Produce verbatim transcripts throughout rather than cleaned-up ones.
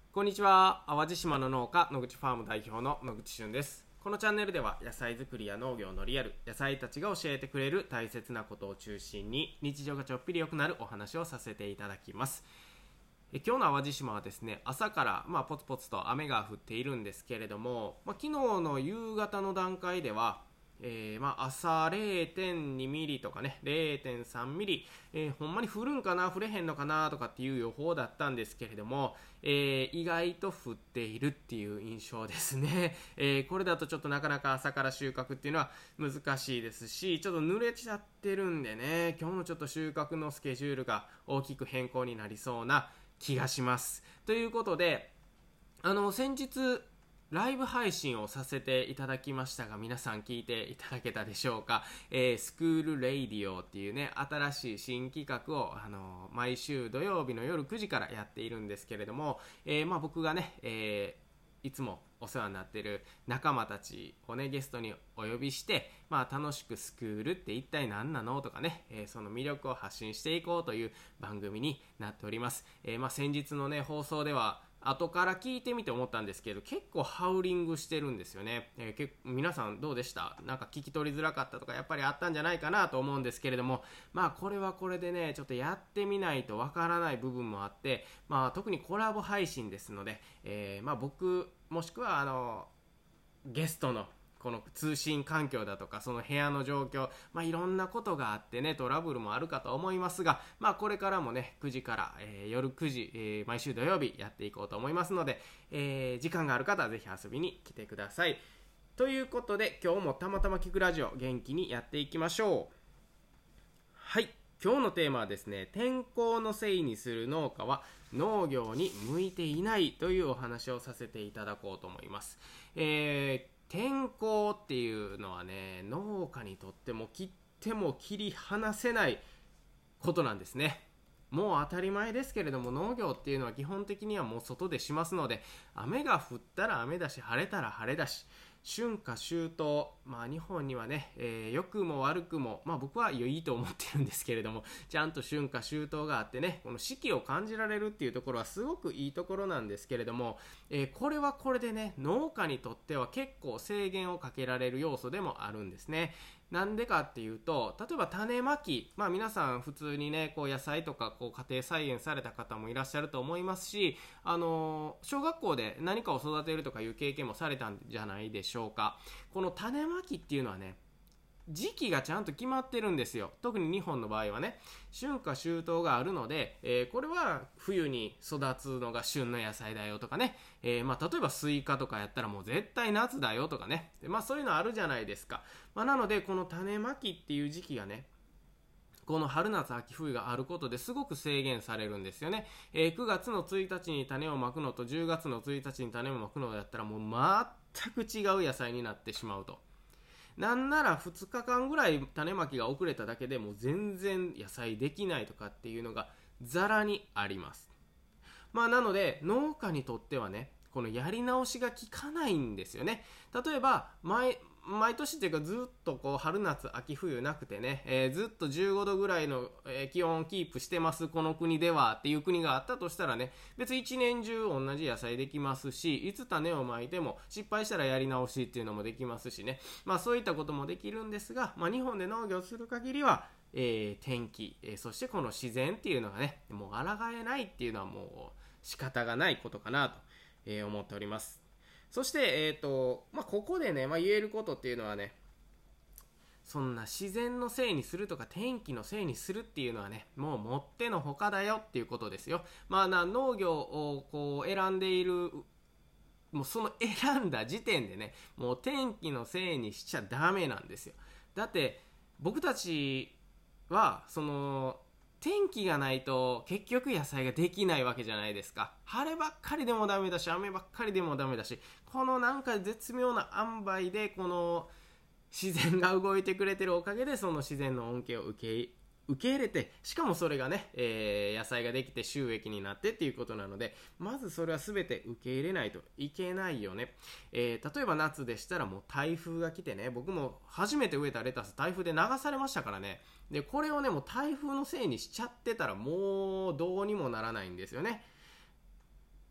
こんにちは。淡路島の農家野口ファーム代表の野口俊です。このチャンネルでは野菜作りや農業のリアル、野菜たちが教えてくれる大切なことを中心に日常がちょっぴり良くなるお話をさせていただきます。え今日の淡路島はですね、朝から、まあ、ポツポツと雨が降っているんですけれども、まあ、昨日の夕方の段階ではえーまあ、朝 れいてんに ミリとかね れいてんさん ミリ、えー、ほんまに降るんかな降れへんのかなとかっていう予報だったんですけれども、えー、意外と降っているっていう印象ですね、えー、これだとちょっとなかなか朝から収穫っていうのは難しいですし、ちょっと濡れちゃってるんでね、今日のちょっと収穫のスケジュールが大きく変更になりそうな気がします。ということで、あの先日ライブ配信をさせていただきましたが、皆さん聞いていただけたでしょうか。えー、スクールレイディオっていうね、新しい新企画を、あのー、毎週土曜日の夜くじからやっているんですけれども、えーまあ、僕がね、えー、いつもお世話になっている仲間たちをね、ゲストにお呼びして、まあ、楽しくスクールって一体何なのとかね、えー、その魅力を発信していこうという番組になっております。えーまあ、先日のね、放送では、後から聞いてみて思ったんですけど、結構ハウリングしてるんですよね。えー、結皆さんどうでした？なんか聞き取りづらかったとかやっぱりあったんじゃないかなと思うんですけれども、まあこれはこれでね、ちょっとやってみないとわからない部分もあって、まあ特にコラボ配信ですので、えー、まあ僕もしくはあのゲストのこの通信環境だとかその部屋の状況、まあ、いろんなことがあってね、トラブルもあるかと思いますが、まあ、これからもねくじから、えー、夜くじ、えー、毎週土曜日やっていこうと思いますので、えー、時間がある方はぜひ遊びに来てください。ということで、今日もたまたま聞くラジオ元気にやっていきましょう。はい、今日のテーマはですね、天候のせいにする農家は農業に向いていないというお話をさせていただこうと思います。えー天候っていうのはね、農家にとっても切っても切り離せないことなんですね。もう当たり前ですけれども、農業っていうのは基本的にはもう外でしますので、雨が降ったら雨だし、晴れたら晴れだし、春夏秋冬、まあ日本にはね、えー、良くも悪くも、まあ僕はいいと思ってるんですけれども、ちゃんと春夏秋冬があってね、この四季を感じられるっていうところはすごくいいところなんですけれども、えー、これはこれでね、農家にとっては結構制限をかけられる要素でもあるんですね。なんでかっていうと、例えば種まき、まあ皆さん普通にね、こう野菜とかこう家庭菜園された方もいらっしゃると思いますし、あのー、小学校で何かを育てるとかいう経験もされたんじゃないでしょうか。この種まきっていうのはね、時期がちゃんと決まってるんですよ。特に日本の場合はね、春夏秋冬があるので、えー、これは冬に育つのが旬の野菜だよとかね、えー、まあ例えばスイカとかやったらもう絶対夏だよとかね、まあそういうのあるじゃないですか。まあ、なのでこの種まきっていう時期がね、この春夏秋冬があることですごく制限されるんですよね。えー、くがつのついたちに種をまくのとじゅうがつのついたちに種をまくのだったらもう全く違う野菜になってしまうと。なんならふつかかんぐらい種まきが遅れただけでもう全然野菜できないとかっていうのがざらにあります。まあなので農家にとってはね、このやり直しが効かないんですよね。例えば毎毎年っていうかずっとこう春夏秋冬なくてね、えー、ずっとじゅうごどぐらいの、えー、気温をキープしてますこの国ではっていう国があったとしたらね、別に一年中同じ野菜できますし、いつ種をまいても失敗したらやり直しっていうのもできますしね、まあそういったこともできるんですが、まあ日本で農業する限りは、えー、天気、えー、そしてこの自然っていうのがね、もう抗えないっていうのはもう仕方がないことかなと、えー、思っております。そして、えーとまあ、ここでね、まあ、言えることっていうのはね、そんな自然のせいにするとか天気のせいにするっていうのはね、もうもってのほかだよっていうことですよ。まあな、農業をこう選んでいる、もうその選んだ時点でね、もう天気のせいにしちゃダメなんですよ。だって僕たちはその天気がないと結局野菜ができないわけじゃないですか。晴ればっかりでもダメだし、雨ばっかりでもダメだし、このなんか絶妙な塩梅でこの自然が動いてくれてるおかげで、その自然の恩恵を受け受け入れて、しかもそれがね、えー、野菜ができて収益になってっていうことなので、まずそれは全て受け入れないといけないよね。えー、例えば夏でしたらもう台風が来てね、僕も初めて植えたレタス台風で流されましたからね。でこれをね、もう台風のせいにしちゃってたらもうどうにもならないんですよね。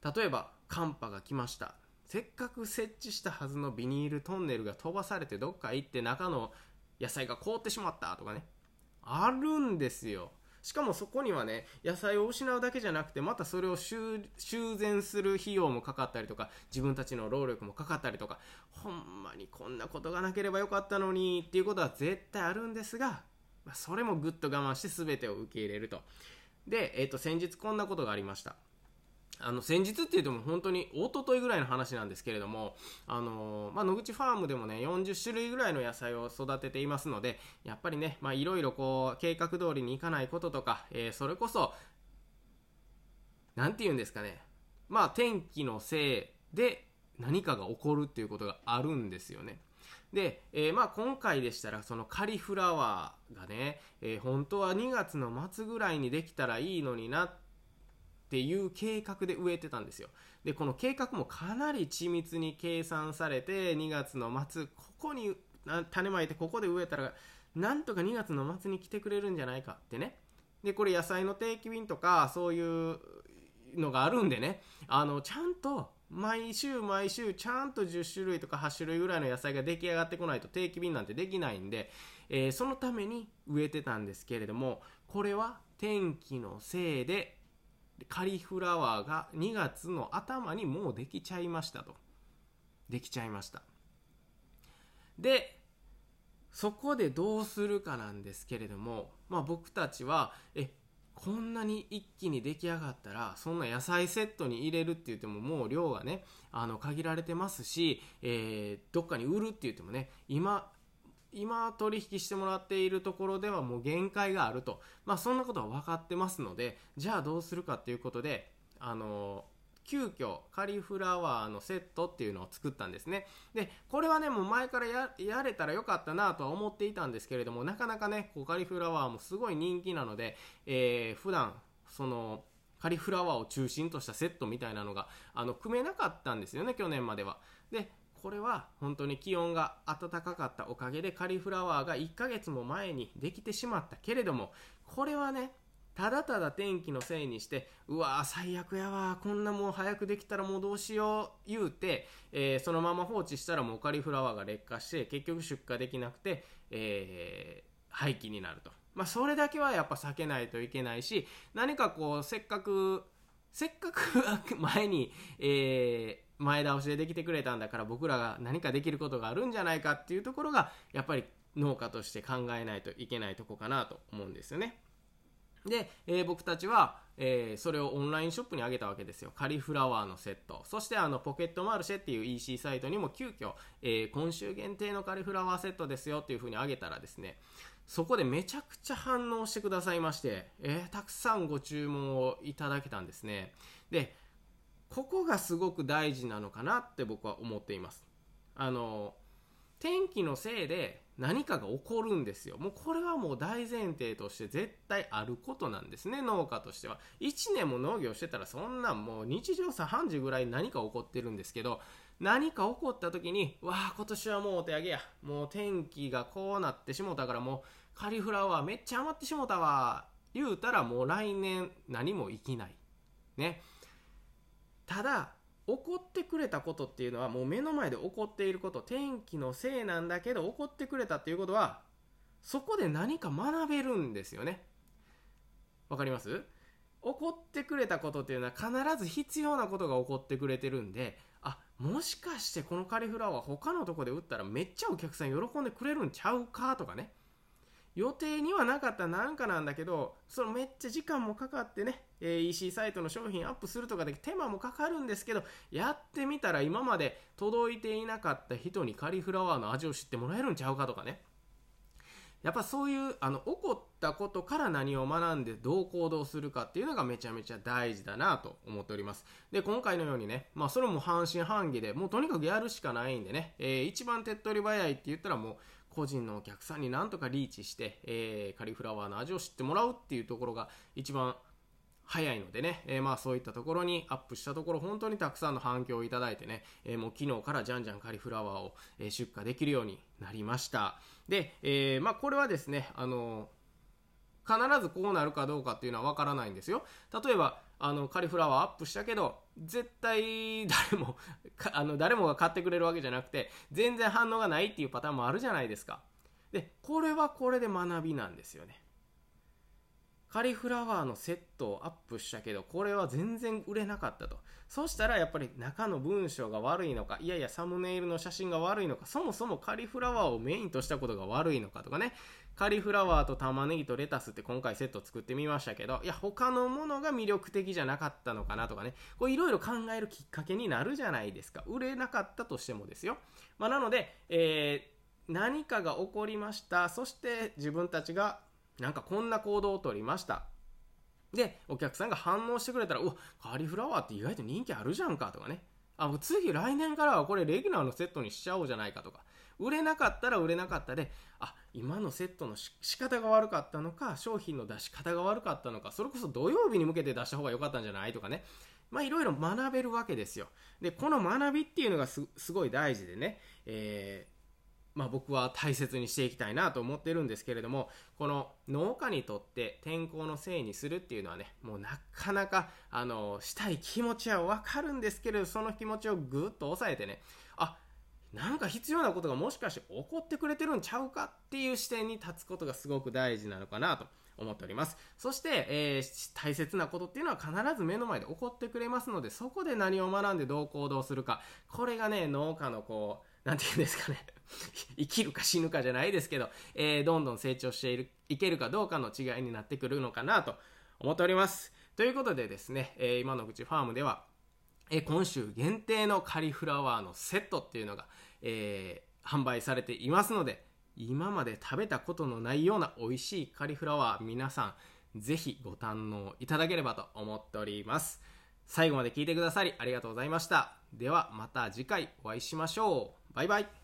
例えば寒波が来ました。せっかく設置したはずのビニールトンネルが飛ばされてどっか行って中の野菜が凍ってしまったとかね、あるんですよ。しかもそこにはね、野菜を失うだけじゃなくて、またそれを修繕する費用もかかったりとか、自分たちの労力もかかったりとか、ほんまにこんなことがなければよかったのにっていうことは絶対あるんですが、それもぐっと我慢して全てを受け入れると。で、えっと、先日こんなことがありました。あの先日って言っても本当に一昨日ぐらいの話なんですけれども、あのーまあ、野口ファームでもねよんじゅっしゅるいぐらいの野菜を育てていますので、やっぱりねいろいろこう計画通りにいかないこととか、えー、それこそなんて言うんですかね、まあ天気のせいで何かが起こるっていうことがあるんですよね。で、えーまあ、今回でしたらそのカリフラワーがね、えー、本当はにがつの末ぐらいにできたらいいのになっていう計画で植えてたんですよ。でこの計画もかなり緻密に計算されて、にがつの末ここに種まいてここで植えたらなんとかにがつの末に来てくれるんじゃないかってね。でこれ野菜の定期便とかそういうのがあるんでね、あのちゃんと毎週毎週ちゃんとじゅっしゅるいとかはちしゅるいぐらいの野菜が出来上がってこないと定期便なんてできないんで、えー、そのために植えてたんですけれども、これは天気のせいでカリフラワーがにがつの頭にもうできちゃいましたと。できちゃいました。でそこでどうするかなんですけれども、まあ、僕たちはえこんなに一気に出来上がったらそんな野菜セットに入れるって言ってももう量がねあの限られてますし、えー、どっかに売るって言ってもね今今取引してもらっているところではもう限界があると、まあ、そんなことは分かってますので、じゃあどうするかっていうことで、あの急遽カリフラワーのセットっていうのを作ったんですね。でこれはねもう前から や, やれたらよかったなとは思っていたんですけれども、なかなかねこうカリフラワーもすごい人気なので、えー、普段そのカリフラワーを中心としたセットみたいなのがあの組めなかったんですよね、去年までは。でこれは本当に気温が暖かかったおかげでカリフラワーがいっかげつも前にできてしまったけれども、これはねただただ天気のせいにしてうわー最悪やわーこんなもう早くできたらもうどうしよう言うて、えー、そのまま放置したらもうカリフラワーが劣化して結局出荷できなくて、えー、廃棄になると。まあそれだけはやっぱ避けないといけないし、何かこうせっかくせっかく前に、えー、前倒しでできてくれたんだから僕らが何かできることがあるんじゃないかっていうところがやっぱり農家として考えないといけないとこかなと思うんですよね。で、えー、僕たちは、えー、それをオンラインショップに上げたわけですよ。カリフラワーのセット、そしてあのポケットマルシェっていう イーシー サイトにも急遽、えー、今週限定のカリフラワーセットですよっていう風に上げたらですね、そこでめちゃくちゃ反応してくださいまして、えー、たくさんご注文をいただけたんですね。でここがすごく大事なのかなって僕は思っています。あの天気のせいで何かが起こるんですよ。もうこれはもう大前提として絶対あることなんですね、農家としては。いちねんも農業してたらそんなんもう日常茶飯事ぐらい何か起こってるんですけど、何か起こった時にわあ今年はもうお手上げや、もう天気がこうなってしもたからもうカリフラワーめっちゃ余ってしもたわ言うたらもう来年何も生きないね。ただ起こってくれたことっていうのはもう目の前で起こっていること、天気のせいなんだけど起こってくれたっていうことはそこで何か学べるんですよね。わかります？起こってくれたことっていうのは必ず必要なことが起こってくれてるんで、あ、もしかしてこのカリフラワー他のとこで売ったらめっちゃお客さん喜んでくれるんちゃうかとかね、予定にはなかったなんかなんだけどそのめっちゃ時間もかかってね、えー、イーシー サイトの商品アップするとかで手間もかかるんですけど、やってみたら今まで届いていなかった人にカリフラワーの味を知ってもらえるんちゃうかとかね、やっぱそういうあの起こったことから何を学んでどう行動するかっていうのがめちゃめちゃ大事だなと思っております。で今回のようにね、まあ、それも半信半疑でもうとにかくやるしかないんでね、えー、一番手っ取り早いって言ったらもう個人のお客さんになんとかリーチして、えー、カリフラワーの味を知ってもらうっていうところが一番早いのでね、えー、まあそういったところにアップしたところ本当にたくさんの反響をいただいてね、えー、もう昨日からじゃんじゃんカリフラワーを、えー、出荷できるようになりました。で、えー、まあこれはですね、あのー、必ずこうなるかどうかっていうのは分からないんですよ。例えばあのカリフラワーアップしたけど絶対誰もあの誰もが買ってくれるわけじゃなくて全然反応がないっていうパターンもあるじゃないですか。でこれはこれで学びなんですよね。カリフラワーのセットをアップしたけどこれは全然売れなかったと。そしたらやっぱり中の文章が悪いのか、いやいやサムネイルの写真が悪いのか、そもそもカリフラワーをメインとしたことが悪いのかとかね。カリフラワーと玉ねぎとレタスって今回セット作ってみましたけど、いや他のものが魅力的じゃなかったのかなとかね、こういろいろ考えるきっかけになるじゃないですか。売れなかったとしてもですよ。まあ、なので、えー、何かが起こりました。そして自分たちがなんかこんな行動を取りました。でお客さんが反応してくれたら、うわカリフラワーって意外と人気あるじゃんかとかね、あ次来年からはこれレギュラーのセットにしちゃおうじゃないかとか、売れなかったら売れなかったで、あ今のセットのし仕方が悪かったのか、商品の出し方が悪かったのか、それこそ土曜日に向けて出した方が良かったんじゃないとかね、まあいろいろ学べるわけですよ。でこの学びっていうのが す, すごい大事でね、えーまあ、僕は大切にしていきたいなと思ってるんですけれども、この農家にとって天候のせいにするっていうのはね、もうなかなかあのしたい気持ちは分かるんですけれど、その気持ちをぐっと抑えてね、あなんか必要なことがもしかして起こってくれてるんちゃうかっていう視点に立つことがすごく大事なのかなと思っております。そして、えー、大切なことっていうのは必ず目の前で起こってくれますので、そこで何を学んでどう行動するか、これがね農家のこうなんていうんですかね生きるか死ぬかじゃないですけど、えー、どんどん成長しているいけるかどうかの違いになってくるのかなと思っております。ということでですね、えー、今の口ファームでは、えー、今週限定のカリフラワーのセットっていうのが、えー、販売されていますので、今まで食べたことのないような美味しいカリフラワー、皆さんぜひご堪能いただければと思っております。最後まで聞いてくださりありがとうございました。ではまた次回お会いしましょう。バイバイ。